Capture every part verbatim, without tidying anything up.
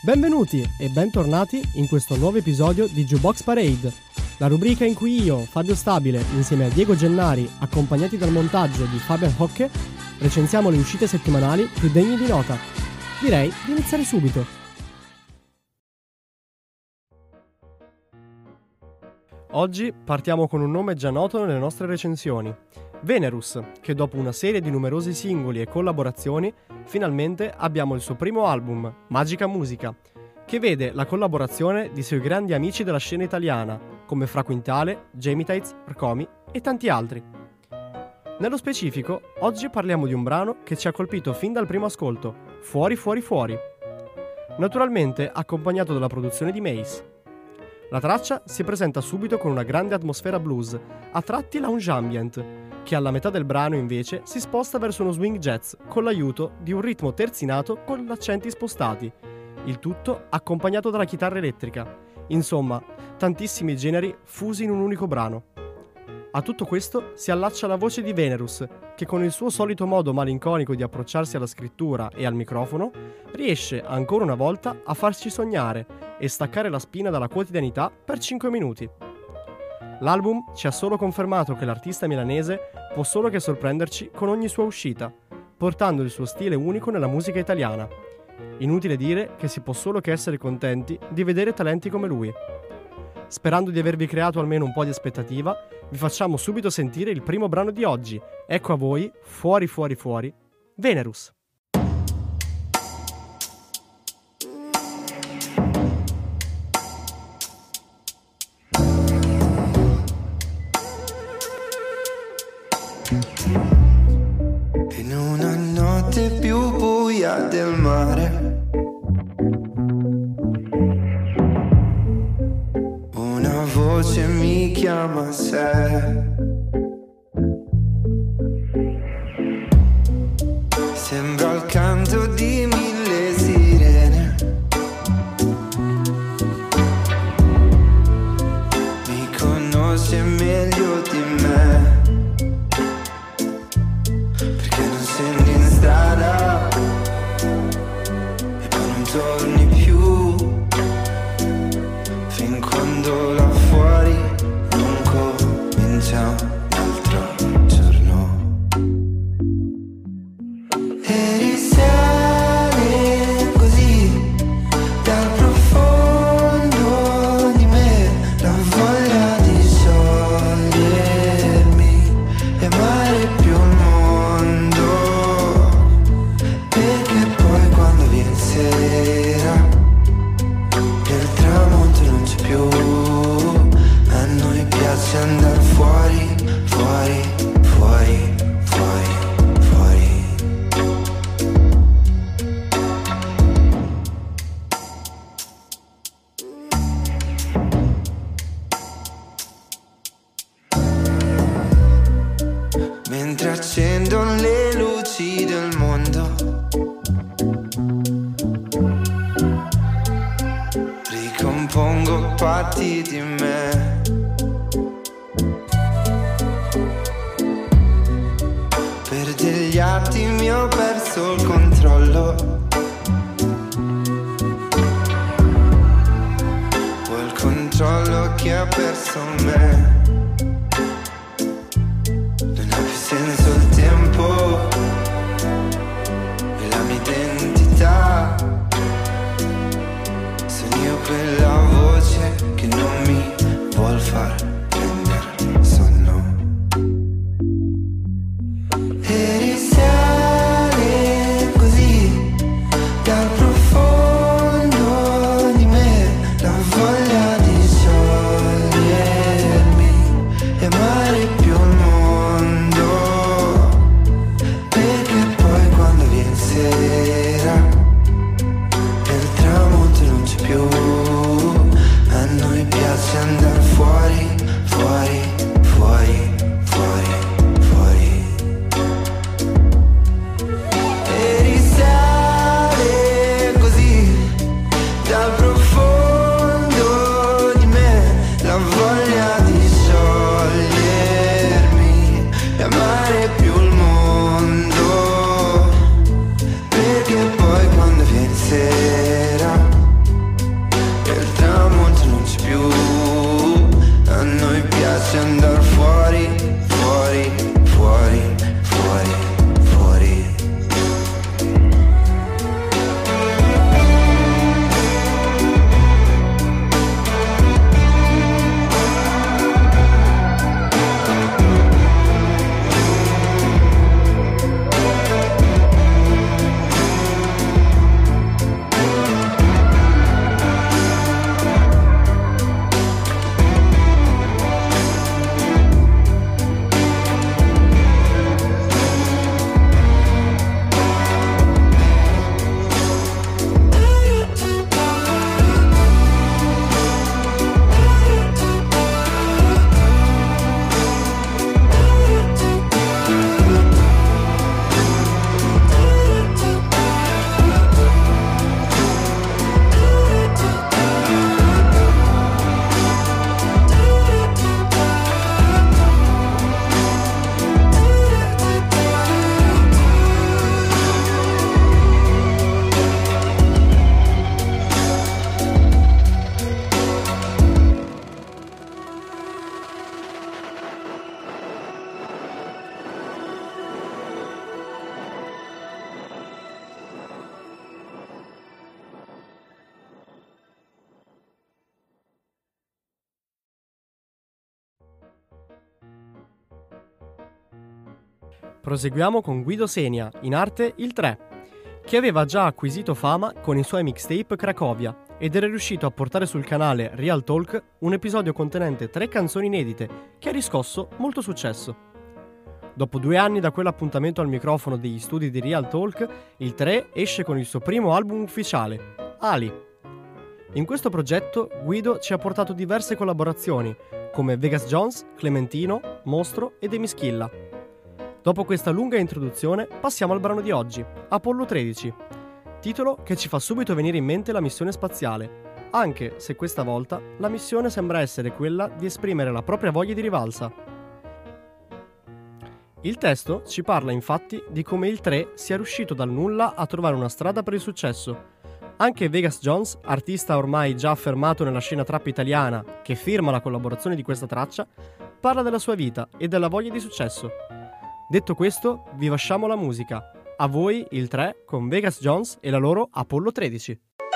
Benvenuti e bentornati in questo nuovo episodio di Jukebox Parade, la rubrica in cui io, Fabio Stabile, insieme a Diego Gennari, accompagnati dal montaggio di Fabian Hocke, recensiamo le uscite settimanali più degne di nota. Direi di iniziare subito. Oggi partiamo con un nome già noto nelle nostre recensioni, Venerus, che dopo una serie di numerosi singoli e collaborazioni, finalmente abbiamo il suo primo album, Magica Musica, che vede la collaborazione di suoi grandi amici della scena italiana, come Fra Quintale, Jamie Tights, Rcomi e tanti altri. Nello specifico, oggi parliamo di un brano che ci ha colpito fin dal primo ascolto, Fuori Fuori Fuori, naturalmente accompagnato dalla produzione di Mace. La traccia si presenta subito con una grande atmosfera blues, a tratti lounge ambient, che alla metà del brano invece si sposta verso uno swing jazz con l'aiuto di un ritmo terzinato con gli accenti spostati, il tutto accompagnato dalla chitarra elettrica. Insomma, tantissimi generi fusi in un unico brano. A tutto questo si allaccia la voce di Venerus, che con il suo solito modo malinconico di approcciarsi alla scrittura e al microfono, riesce ancora una volta a farci sognare e staccare la spina dalla quotidianità per cinque minuti. L'album ci ha solo confermato che l'artista milanese può solo che sorprenderci con ogni sua uscita, portando il suo stile unico nella musica italiana. Inutile dire che si può solo che essere contenti di vedere talenti come lui. Sperando di avervi creato almeno un po' di aspettativa, vi facciamo subito sentire il primo brano di oggi. Ecco a voi, Fuori Fuori Fuori, Venerus. In una notte più buia del mare, una voce mi chiama a sé. Sembra il canto di mille sirene, mi conosce meglio di me, perché non scendi in strada e poi non torni più, fin quando là fuori non comincia un altro giorno. E risale così dal profondo di me la voglia di sciogliermi e amare più il mondo, perché poi quando viene sera e il tramonto non c'è più, a noi piace andare fuori, fuori, fuori, fuori, fuori. Mentre accendo le luci del mondo, ricompongo parti di me, per degli attimi ho perso il controllo, quel controllo che ha perso me. Non ha più senso il tempo e la mia identità, sono io quella voce che non mi vuol far prendere sonno. E risale così dal profondo di me la voglia di sciogliermi Proseguiamo con Guido Senia, in arte il tre, che aveva già acquisito fama con i suoi mixtape Cracovia ed era riuscito a portare sul canale Real Talk un episodio contenente tre canzoni inedite che ha riscosso molto successo. Dopo due anni da quell'appuntamento al microfono degli studi di Real Talk, il tre esce con il suo primo album ufficiale, Ali. In questo progetto Guido ci ha portato diverse collaborazioni, come Vegas Jones, Clementino, Mostro e Demischilla. Dopo questa lunga introduzione passiamo al brano di oggi, Apollo tredici, titolo che ci fa subito venire in mente la missione spaziale, anche se questa volta la missione sembra essere quella di esprimere la propria voglia di rivalsa. Il testo ci parla infatti di come il tre sia riuscito dal nulla a trovare una strada per il successo. Anche Vegas Jones, artista ormai già affermato nella scena trap italiana che firma la collaborazione di questa traccia, parla della sua vita e della voglia di successo. Detto questo, vi lasciamo la musica. A voi il tre con Vegas Jones e la loro Apollo tredici.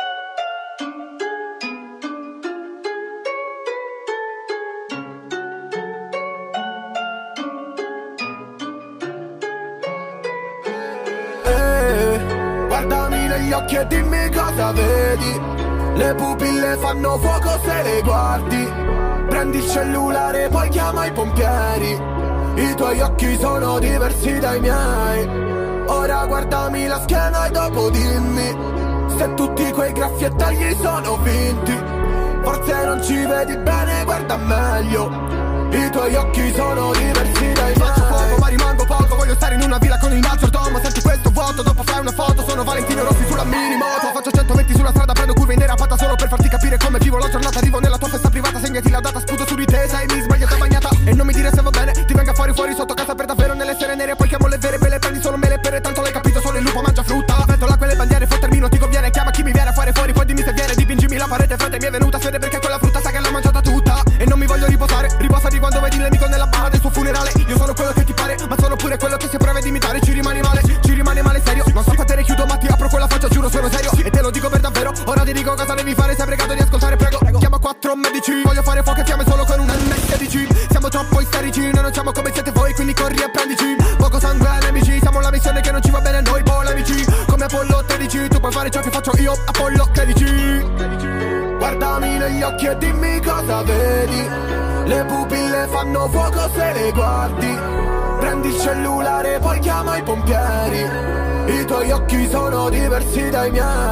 Guardami negli occhi e dimmi cosa vedi. Le pupille fanno fuoco se le guardi. Prendi il cellulare poi chiama i pompieri. I tuoi occhi sono diversi dai miei. Ora guardami la schiena e dopo dimmi se tutti quei graffi e tagli sono finti. Forse non ci vedi bene, guarda meglio. I tuoi occhi sono diversi dai miei. Faccio fuoco ma rimango poco. Voglio stare in una villa con il maggiordomo. Senti questo vuoto, dopo fai una foto. Sono Valentino Rossi sulla minimoto. Faccio centoventi sulla strada, prendo curve in derapata solo per farti capire come vivo la giornata. Arrivo nella tua festa privata, segnati la data, sputo su di te. Sai mi sbagliata bagnata e non mi dire se va bene. Ti venga fuori fuori sotto casa per davvero nelle sere nere. Poi chiamo le vere belle, prendi solo mele pere. Tanto l'hai capito, solo il lupo mangia frutta. Vento là quelle bandiere, fottermi non ti conviene. Chiama chi mi viene a fare fuori, poi dimmi se viene. Dipingimi la parete, frate mi è venuta sede perché quella frutta sa che l'ha mangiata tutta. E non mi voglio riposare, riposati quando vedi il nemico nella barra del suo funerale. Io sono quello che ti pare, ma sono pure quello che si prova ad imitare. Ci rimani male, ci rimane male serio. Non so quante ne chiudo ma ti apro quella faccia, giuro sono serio. E te lo dico per davvero, ora ti dico cosa devi fare. Sei pregato di ascoltare, prego, prego. Chiama quattro medici, voglio fare fuoco e fiamme solo con un emme sedici. Siamo troppo isterici, noi non siamo come siete voi, quindi corri e prendici. Poco sangue ai nemici, siamo la missione che non ci va bene a noi polemici. Come Apollo tredici, tu puoi fare ciò che faccio io, Apollo tredici. Guardami negli occhi e dimmi cosa vedi. Le pupille fanno fuoco se le guardi. Prendi il cellulare poi chiama i pompieri. I tuoi occhi sono diversi dai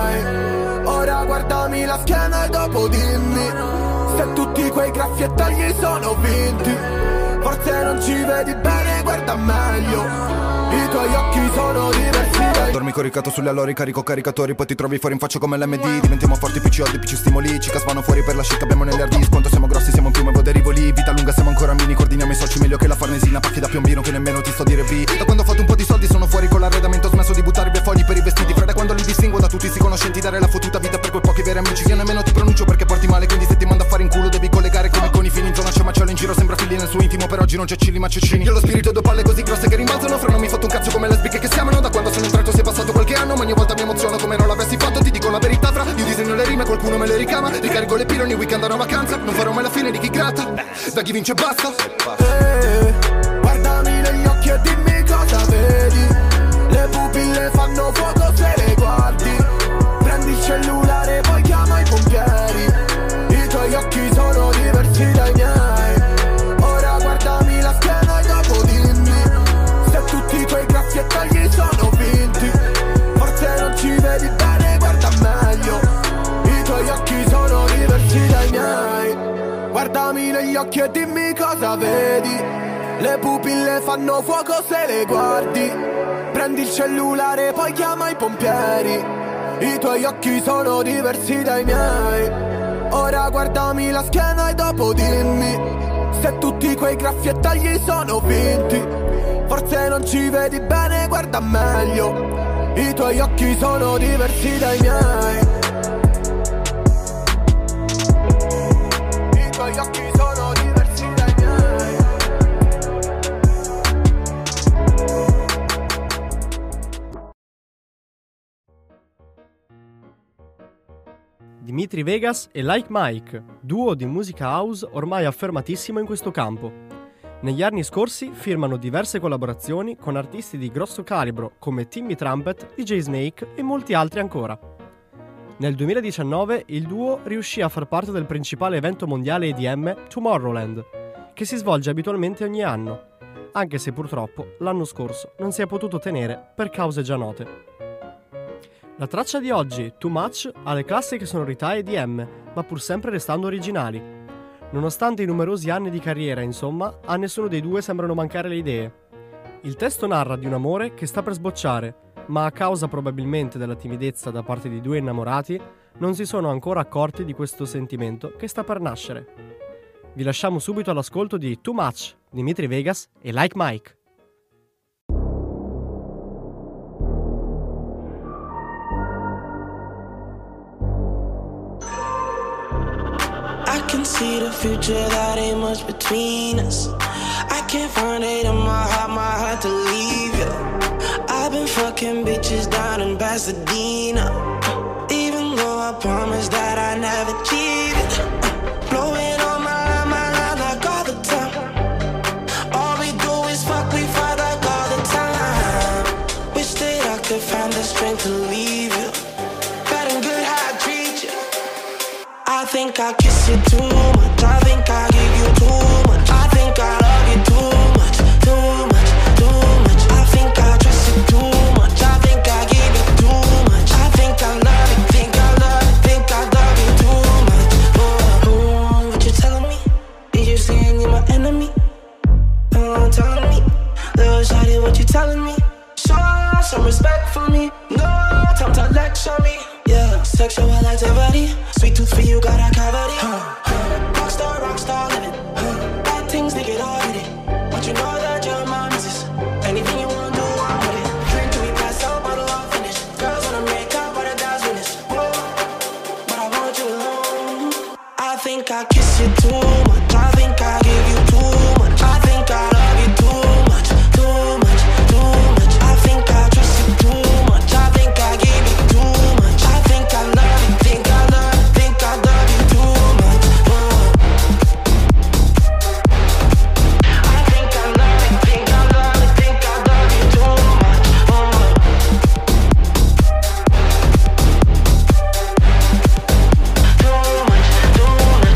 miei. Ora guardami la schiena e dopo dimmi se tutti quei graffi e tagli sono finti. Forse non ci vedi bene, guarda meglio. I tuoi occhi sono diversi dai. Dormi coricato sulle allori, carico caricatori. Poi ti trovi fuori in faccia come l'emme di. Diventiamo forti, P C O D, P C stimoli. Ci casvano fuori per la shit, abbiamo negli hard disk. Quanto siamo grossi, siamo in primo e derivo lì. Vita lunga, siamo ancora mini, coordiniamo i soci meglio che la farnesina. Pacchi da piombino che nemmeno ti sto dire B. Da quando ho fatto un po' di soldi sono fuori con l'arredamento. Ho smesso di buttare via fogli per i vestiti. Fra da quando li distingo da tutti si conoscenti. Dare la fottuta vita per quei pochi veri amici. Io nemmeno ti pronuncio perché porti male. Quindi se ti mando a fare in culo devi collegare come con i fini. In zona c'è macello in giro, sembra figli nel suo intimo. Per oggi non c'è cilli ma c'è cini. Io ho lo spirito e due palle così grosse che rimbalzano. Fra non mi fatto un cazzo come le sbicche che siamo. Da quando sono entrato si è passato qualche anno. Ma ogni volta mi emoziono come non l'avessi fatto. Ti dico la verità, fra io disegno le rime, qualcuno me le ricama. Ricarico le pile ogni weekend a vacanza. Non farò mai la fine di chi gratta. Da chi vince basta. Eh, guardami negli occhi e dimmi cosa vedi. Le pupille fanno fuoco se le guardi. Prendi il cellulare poi chiama i pompieri. I tuoi occhi sono diversi dai miei. Ora guardami la schiena e dopo dimmi se tutti i tuoi graffi e tagli sono finti. Forse non ci vedi bene, guarda meglio. I tuoi occhi sono diversi dai miei. Guardami negli occhi e dimmi cosa vedi. Le pupille fanno fuoco se le guardi. Prendi il cellulare poi chiama i pompieri. I tuoi occhi sono diversi dai miei. Ora guardami la schiena e dopo dimmi se tutti quei graffi e tagli sono finti. Forse non ci vedi bene, guarda meglio. I tuoi occhi sono diversi dai miei. I tuoi occhi sono diversi dai miei. Dimitri Vegas e Like Mike, duo di musica house ormai affermatissimo in questo campo. Negli anni scorsi firmano diverse collaborazioni con artisti di grosso calibro come Timmy Trumpet, D J Snake e molti altri ancora. Nel duemiladiciannove il duo riuscì a far parte del principale evento mondiale E D M Tomorrowland, che si svolge abitualmente ogni anno, anche se purtroppo l'anno scorso non si è potuto tenere per cause già note. La traccia di oggi, Too Much, ha le classiche sonorità E D M, ma pur sempre restando originali. Nonostante i numerosi anni di carriera, insomma, a nessuno dei due sembrano mancare le idee. Il testo narra di un amore che sta per sbocciare, ma a causa probabilmente della timidezza da parte di due innamorati, non si sono ancora accorti di questo sentimento che sta per nascere. Vi lasciamo subito all'ascolto di Too Much, Dimitri Vegas e Like Mike. I can see the future, that ain't much between us. I can't find it in my heart, my heart to leave you. I've been fucking bitches down in Pasadena, even though I promised that I never cheated. Blowing on my line, my line like all the time. All we do is fuck, we fight like all the time. Wish that I could find the strength to leave you. Bad and good how I treat you. I think I kiss you too much, I think I give you too much, I think I love you too much, too much, too much, I think I trust you too much, I think I give you too much, I think I love you, think I love you, think I love you too much. Oh, oh, what you telling me? Did you saying you're my enemy? Oh, telling me, little shawty, what you telling me? Show some respect for me, no time to lecture me. Yeah, sexual activity, sweet tooth for you, got a cavity. Huh, huh. Rockstar, rockstar living. Huh. Bad things, they get already. But you know that you're my missus. Anything you wanna do, I'm with it. Drink till we pass out, bottle all finished. Girls wanna make out, but a guy's witness. Whoa, but I want you alone. I think I kiss you too much. I think I give you too much. I think I love you too much, too much, too much. I think I trust you too much. I think I give you too much. I think I love you, think I love you, think I love you too much. Oh. I think I love you, think I love you, think I love you too much. Oh. Too much, too much.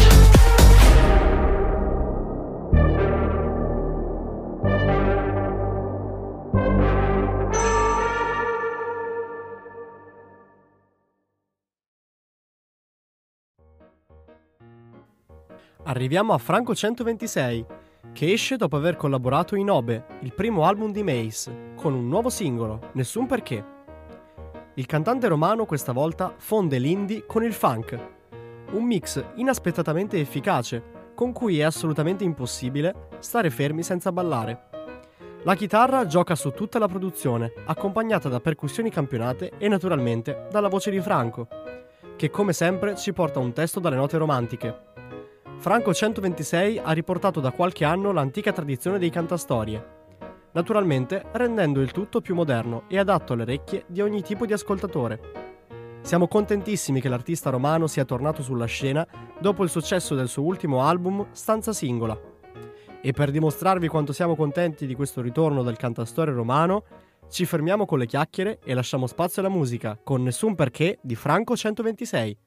Arriviamo a Franco centoventisei, che esce dopo aver collaborato in Obe, il primo album di Mace, con un nuovo singolo, Nessun Perché. Il cantante romano questa volta fonde l'indie con il funk, un mix inaspettatamente efficace, con cui è assolutamente impossibile stare fermi senza ballare. La chitarra gioca su tutta la produzione, accompagnata da percussioni campionate e naturalmente dalla voce di Franco, che come sempre ci porta un testo dalle note romantiche. Franco centoventisei ha riportato da qualche anno l'antica tradizione dei cantastorie, naturalmente rendendo il tutto più moderno e adatto alle orecchie di ogni tipo di ascoltatore. Siamo contentissimi che l'artista romano sia tornato sulla scena dopo il successo del suo ultimo album Stanza Singola. E per dimostrarvi quanto siamo contenti di questo ritorno del cantastorie romano, ci fermiamo con le chiacchiere e lasciamo spazio alla musica con Nessun Perché di Franco centoventisei.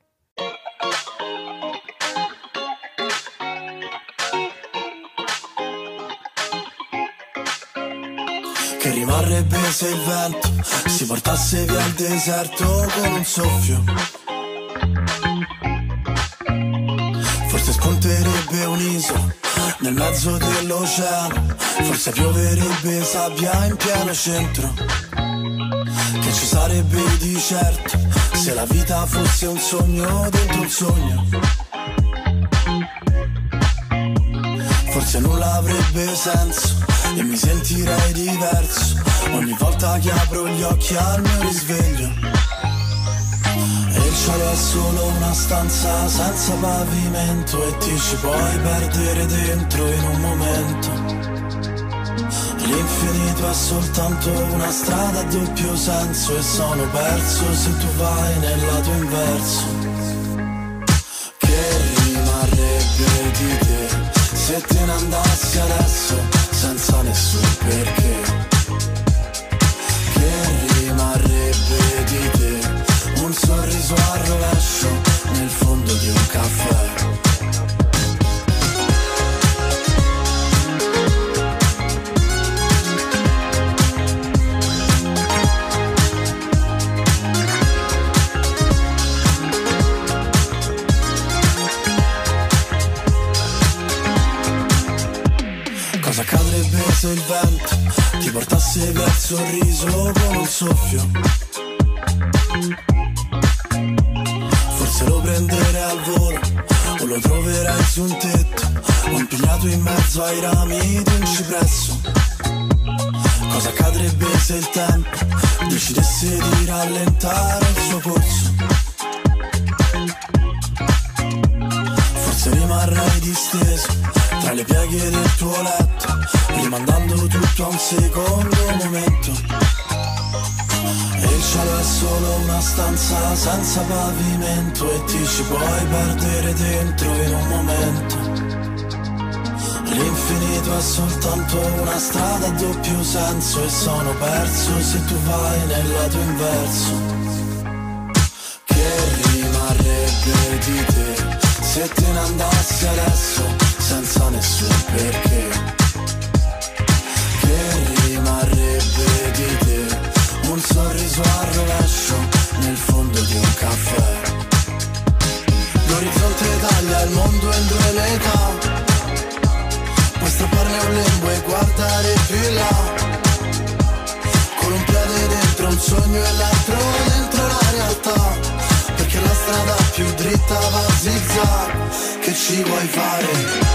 Che rimarrebbe se il vento si portasse via il deserto con un soffio. Forse spunterebbe un'isola nel mezzo dell'oceano. Forse pioverebbe sabbia in pieno centro. Che ci sarebbe di certo se la vita fosse un sogno dentro un sogno. Forse nulla avrebbe senso e mi sentirei diverso ogni volta che apro gli occhi al mio risveglio. E il cielo è solo una stanza senza pavimento e ti ci puoi perdere dentro in un momento. L'infinito è soltanto una strada a doppio senso e sono perso se tu vai nel lato inverso. Che rimarrebbe di te se Se te ne andassi adesso senza nessun perché, che rimarrebbe di te un sorriso al rovescio nel fondo di un caffè. Cosa accadrebbe se il vento ti portasse via il sorriso con un soffio? Forse lo prenderai al volo o lo troverai su un tetto o impigliato in mezzo ai rami di un cipresso. Cosa accadrebbe se il tempo decidesse di rallentare il suo corso? Forse rimarrai disteso tra le pieghe del tuo letto, rimandando tutto a un secondo momento. E il cielo è solo una stanza senza pavimento e ti ci puoi perdere dentro in un momento. L'infinito è soltanto una strada a doppio senso e sono perso se tu vai nel lato inverso. Che rimarrebbe di te se te ne andassi adesso senza nessun perché, che rimarrebbe di te un sorriso al rovescio nel fondo di un caffè. L'orizzonte taglia il mondo in due metà, puoi strapparne un lembo e guardare più in là, con un piede dentro un sogno e l'altro dentro la realtà, perché la strada più dritta va a zigzag. Che ci vuoi fare?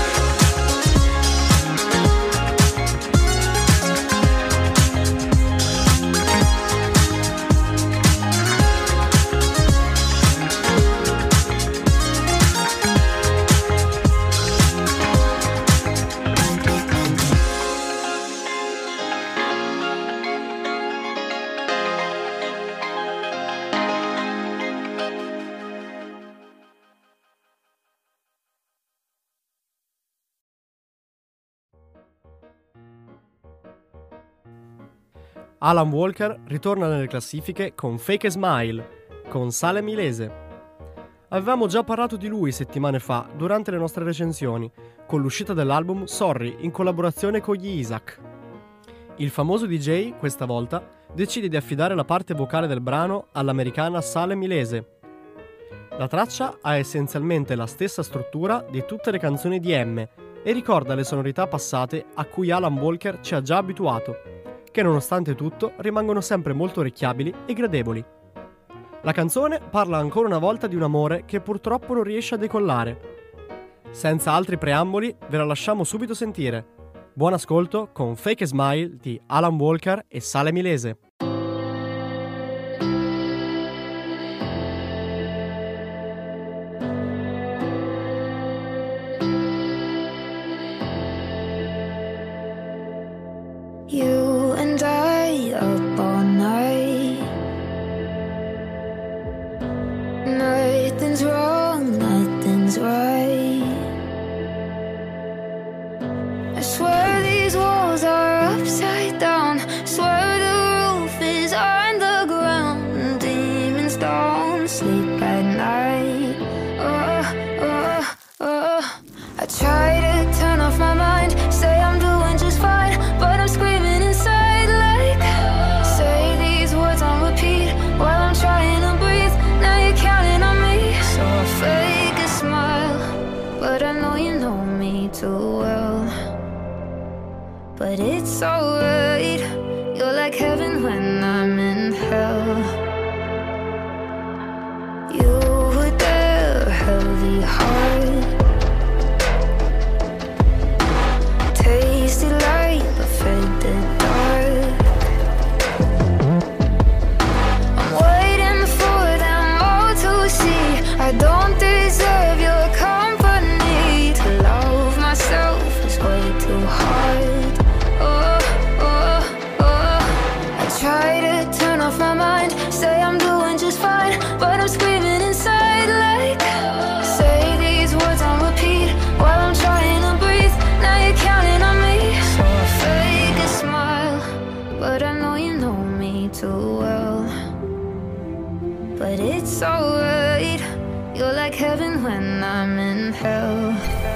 Alan Walker ritorna nelle classifiche con Fake a Smile, con Sale Milese. Avevamo già parlato di lui settimane fa durante le nostre recensioni, con l'uscita dell'album Sorry in collaborazione con gli Isaac. Il famoso D J, questa volta, decide di affidare la parte vocale del brano all'americana Sale Milese. La traccia ha essenzialmente la stessa struttura di tutte le canzoni di M e ricorda le sonorità passate a cui Alan Walker ci ha già abituato, che nonostante tutto rimangono sempre molto orecchiabili e gradevoli. La canzone parla ancora una volta di un amore che purtroppo non riesce a decollare. Senza altri preamboli, ve la lasciamo subito sentire. Buon ascolto con Fake a Smile di Alan Walker e Sale Milese. You and I up all night. Nothing's wrong, nothing's right. I swear these walls are upside down. Swear the roof is on the ground. Demons don't sleep at night. Oh, oh, oh. I try to turn off my mind, say I'm doing just fine, but I'm screaming inside like, say these words on repeat while I'm trying to breathe. Now you're counting on me, so I fake a smile, but I know you know me too well. But it's alright, you're like heaven when I'm in hell. You were there, heavy heart, tasty light but fed the dark. I'm waiting for them all to see I don't deserve your company. To love myself is way too hard. Oh, oh, oh. I try to turn off my mind, say I'm doing just fine, but I'm screaming inside like, say these words on repeat while I'm trying to breathe. it's alright. You're like heaven when I'm in hell.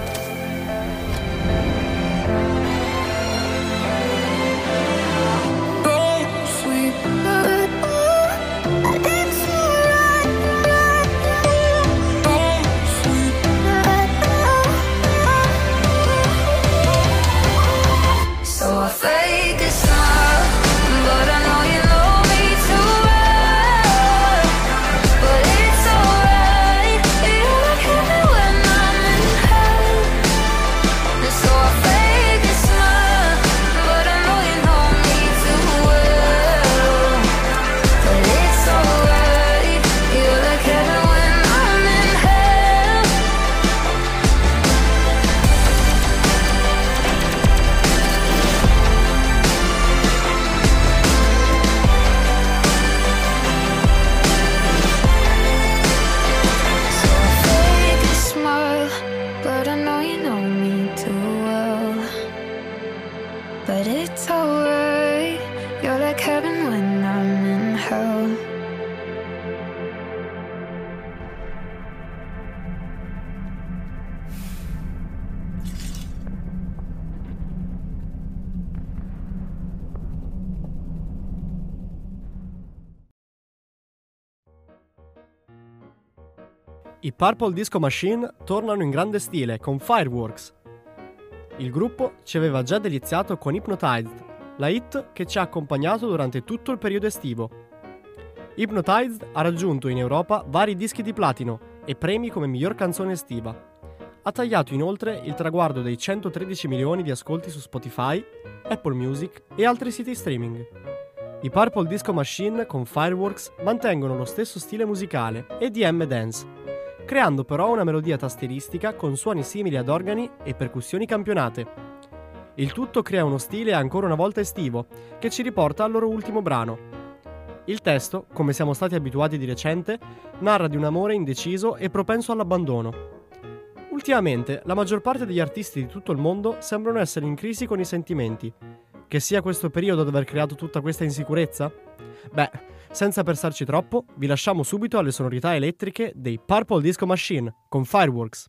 I Purple Disco Machine tornano in grande stile con Fireworks. Il gruppo ci aveva già deliziato con Hypnotized, la hit che ci ha accompagnato durante tutto il periodo estivo. Hypnotized ha raggiunto in Europa vari dischi di platino e premi come miglior canzone estiva. Ha tagliato inoltre il traguardo dei centotredici milioni di ascolti su Spotify, Apple Music e altri siti streaming. I Purple Disco Machine con Fireworks mantengono lo stesso stile musicale E D M dance, creando però una melodia tastieristica con suoni simili ad organi e percussioni campionate. Il tutto crea uno stile ancora una volta estivo, che ci riporta al loro ultimo brano. Il testo, come siamo stati abituati di recente, narra di un amore indeciso e propenso all'abbandono. Ultimamente, la maggior parte degli artisti di tutto il mondo sembrano essere in crisi con i sentimenti. Che sia questo periodo ad aver creato tutta questa insicurezza? Beh, senza pensarci troppo, vi lasciamo subito alle sonorità elettriche dei Purple Disco Machine con Fireworks.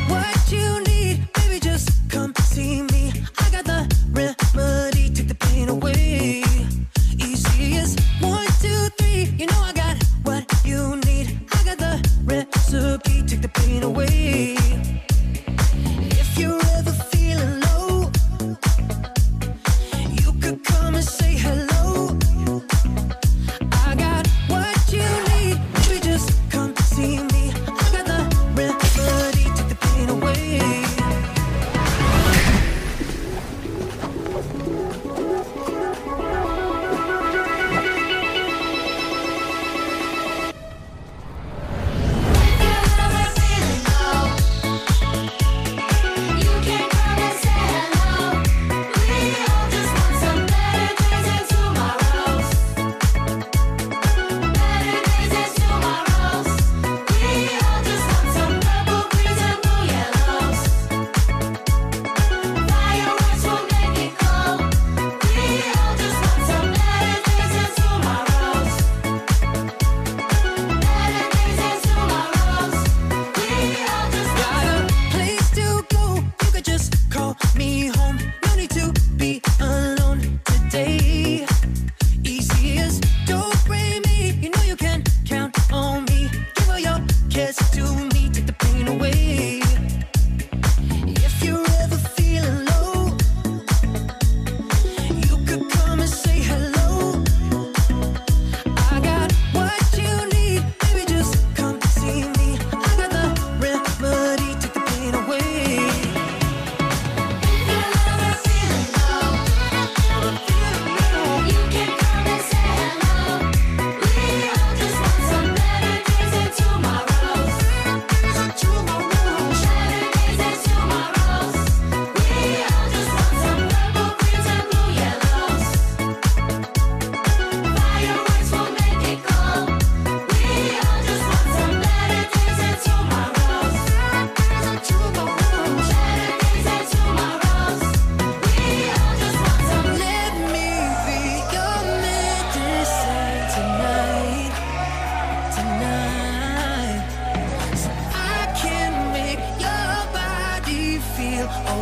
See me, I got the remedy, take the pain away.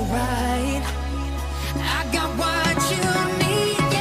alright. I got what you need.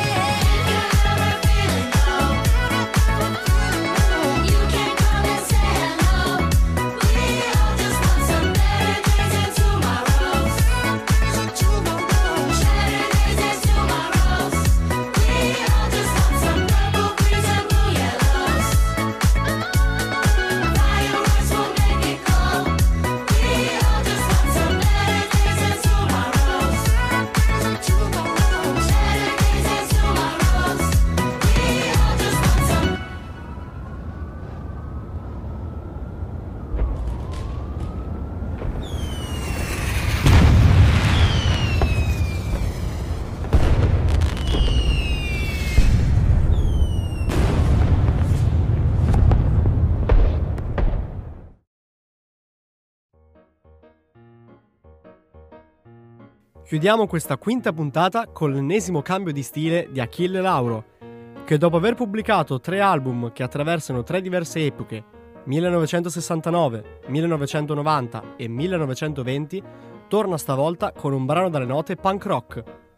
Chiudiamo questa quinta puntata con l'ennesimo cambio di stile di Achille Lauro, che dopo aver pubblicato tre album che attraversano tre diverse epoche, millenovecentosessantanove, millenovecentonovanta e millenovecentoventi, torna stavolta con un brano dalle note punk rock.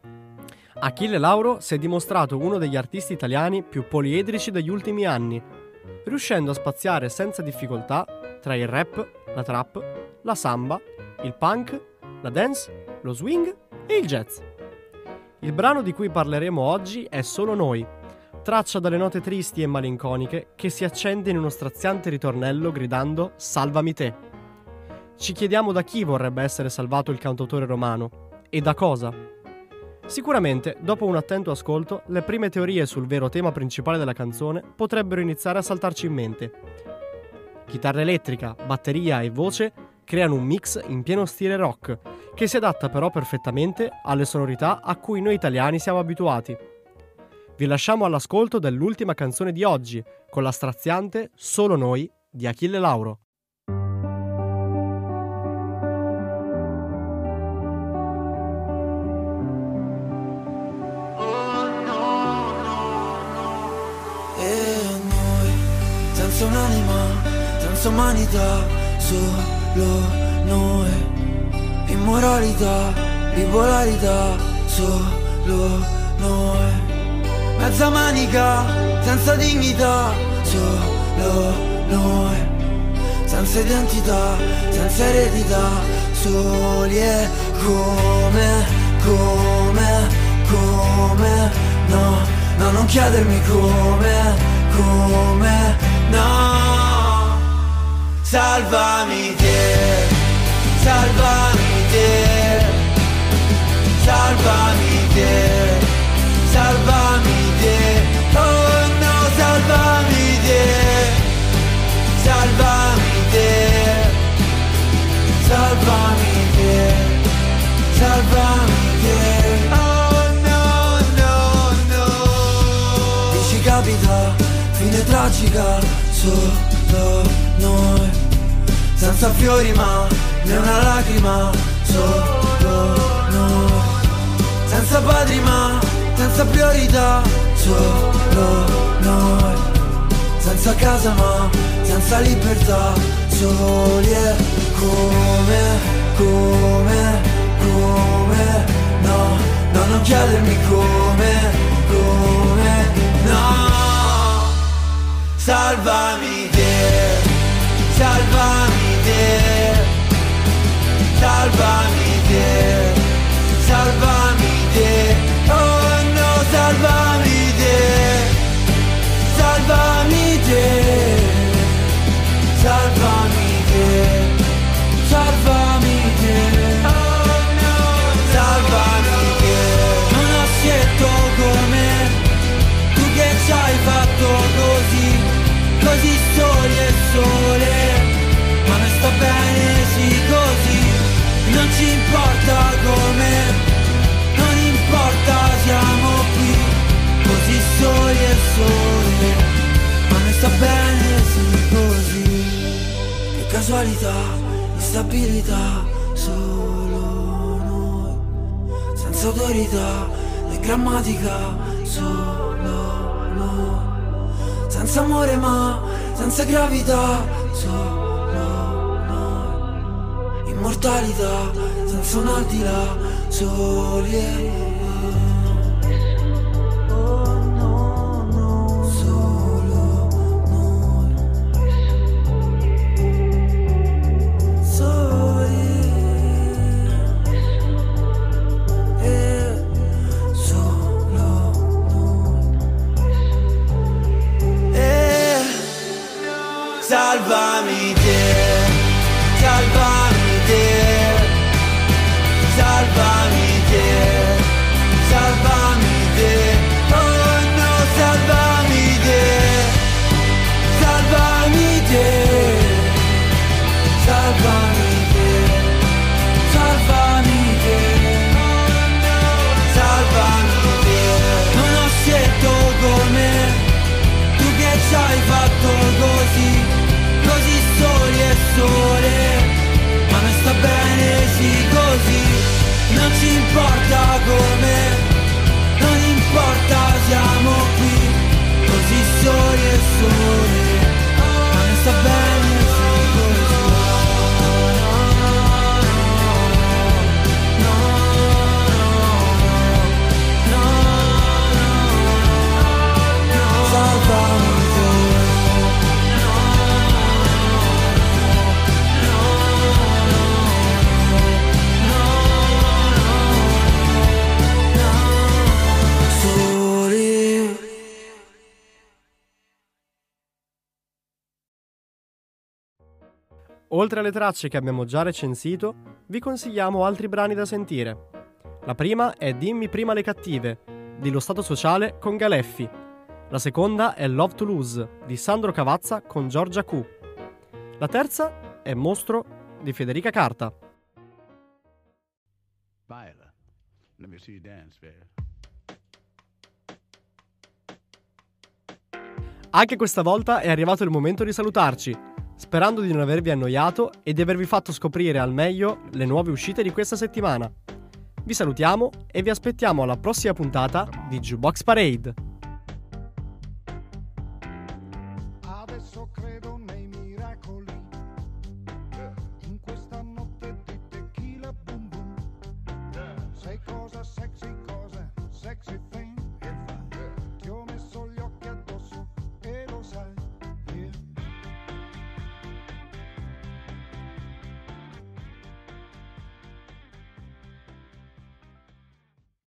Achille Lauro si è dimostrato uno degli artisti italiani più poliedrici degli ultimi anni, riuscendo a spaziare senza difficoltà tra il rap, la trap, la samba, il punk, la dance, lo swing e il jazz. Il brano di cui parleremo oggi è Solo Noi, traccia dalle note tristi e malinconiche che si accende in uno straziante ritornello gridando "Salvami te". Ci chiediamo da chi vorrebbe essere salvato il cantautore romano e da cosa. Sicuramente, dopo un attento ascolto, le prime teorie sul vero tema principale della canzone potrebbero iniziare a saltarci in mente. Chitarra elettrica, batteria e voce creano un mix in pieno stile rock, che si adatta però perfettamente alle sonorità a cui noi italiani siamo abituati. Vi lasciamo all'ascolto dell'ultima canzone di oggi, con la straziante Solo Noi di Achille Lauro. E noi, senza un'anima, senza umanità, solo noi. Immoralità, bipolarità, solo noi. Mezza manica, senza dignità, solo noi. Senza identità, senza eredità, soli e come, come, come. No, no, non chiedermi come, come, no. Salvami te, salvami te, salvami te, salvami te, oh no, salvami te, salvami te, salvami te, salvami te, oh no, no, no. Dici capita, fine tragica, solo noi, senza fiori ma né una lacrima, solo noi. Senza padri ma senza priorità, solo noi. Senza casa ma senza libertà, soli e come, come, come. No, no, non chiedermi come, come, no. Salvami te, salvami te, salvami te, salvami te, oh no, salvami te, salvami te, salvami te, salvami te, oh no, salvami te. Non ho scelto come, tu che ci hai fatto così, così soli e sole, ma non sta bene sì così. Non ci importa come, non importa, siamo qui, così soli e sole, ma non sta bene sì così. Che casualità, instabilità, solo noi. Senza autorità né grammatica, solo noi. Senza amore ma senza gravità, solo noi. Immortalità senza sono al di là, soli e salvami te, salvami te, salvami te, salvami te, oh no, salvami te, salvami te, salvami te, salvami te, oh no, salvami te. Non ho scelto come tu che ci hai fatto così. Così soli e sole, ma non sta bene sì così. Non ci importa come, non importa siamo qui. Così soli e sole, ma non sta bene sì così. No, no, no, no, no, salvami. Oltre alle tracce che abbiamo già recensito, vi consigliamo altri brani da sentire. La prima è Dimmi prima le cattive, di Lo Stato Sociale con Galeffi. La seconda è Love to Lose, di Sandro Cavazza con Giorgia Q. La terza è Mostro, di Federica Carta. Viola, let me see you dance, baby. Anche questa volta è arrivato il momento di salutarci, sperando di non avervi annoiato e di avervi fatto scoprire al meglio le nuove uscite di questa settimana. Vi salutiamo e vi aspettiamo alla prossima puntata di Jukebox Parade.